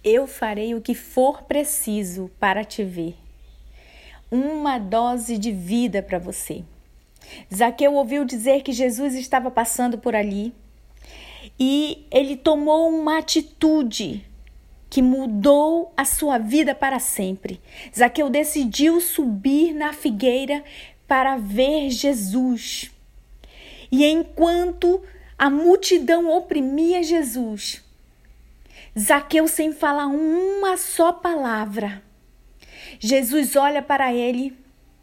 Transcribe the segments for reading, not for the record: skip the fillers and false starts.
Eu farei o que for preciso para te ver. Uma dose de vida para você. Zaqueu ouviu dizer que Jesus estava passando por ali e ele tomou uma atitude que mudou a sua vida para sempre. Zaqueu decidiu subir na figueira para ver Jesus. E enquanto a multidão oprimia Jesus, Zaqueu, sem falar uma só palavra, Jesus olha para ele,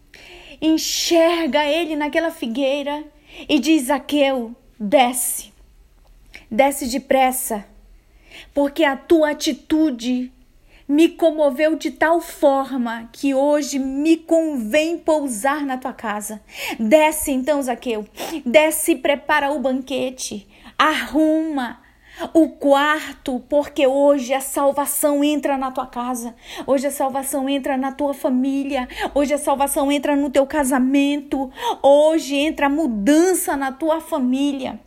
enxerga ele naquela figueira e diz: Zaqueu, desce depressa, porque a tua atitude me comoveu de tal forma que hoje me convém pousar na tua casa. Desce então, Zaqueu, desce e prepara o banquete, arruma o quarto, porque hoje a salvação entra na tua casa, hoje a salvação entra na tua família, hoje a salvação entra no teu casamento, hoje entra a mudança na tua família.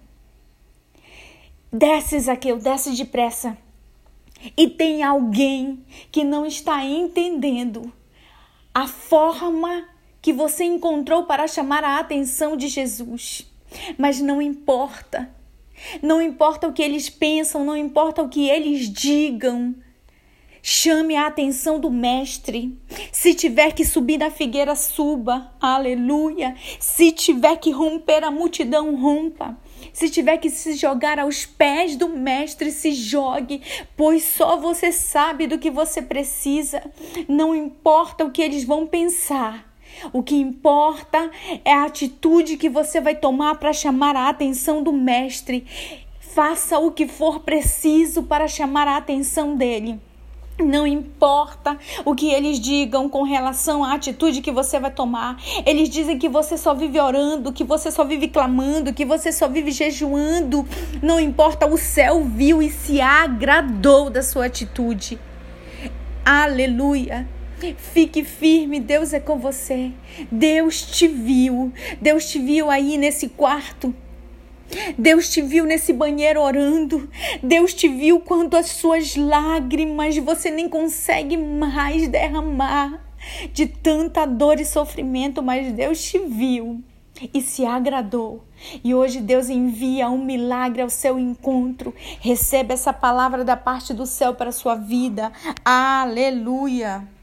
Desce, Zaqueu, desce depressa. E tem alguém que não está entendendo a forma que você encontrou para chamar a atenção de Jesus. Mas não importa. Não importa o que eles pensam, não importa o que eles digam. Chame a atenção do mestre. Se tiver que subir na figueira, suba. Aleluia. Se tiver que romper a multidão, rompa. Se tiver que se jogar aos pés do mestre, se jogue, pois só você sabe do que você precisa. Não importa o que eles vão pensar. O que importa é a atitude que você vai tomar para chamar a atenção do mestre. Faça o que for preciso para chamar a atenção dele. Não importa o que eles digam com relação à atitude que você vai tomar. Eles dizem que você só vive orando, que você só vive clamando, que você só vive jejuando. Não importa, o céu viu e se agradou da sua atitude. Aleluia! Fique firme, Deus é com você. Deus te viu aí nesse quarto. Deus te viu nesse banheiro orando. Deus te viu quando as suas lágrimas você nem consegue mais derramar de tanta dor e sofrimento, mas Deus te viu e se agradou. E hoje Deus envia um milagre ao seu encontro. Receba essa palavra da parte do céu para a sua vida. Aleluia!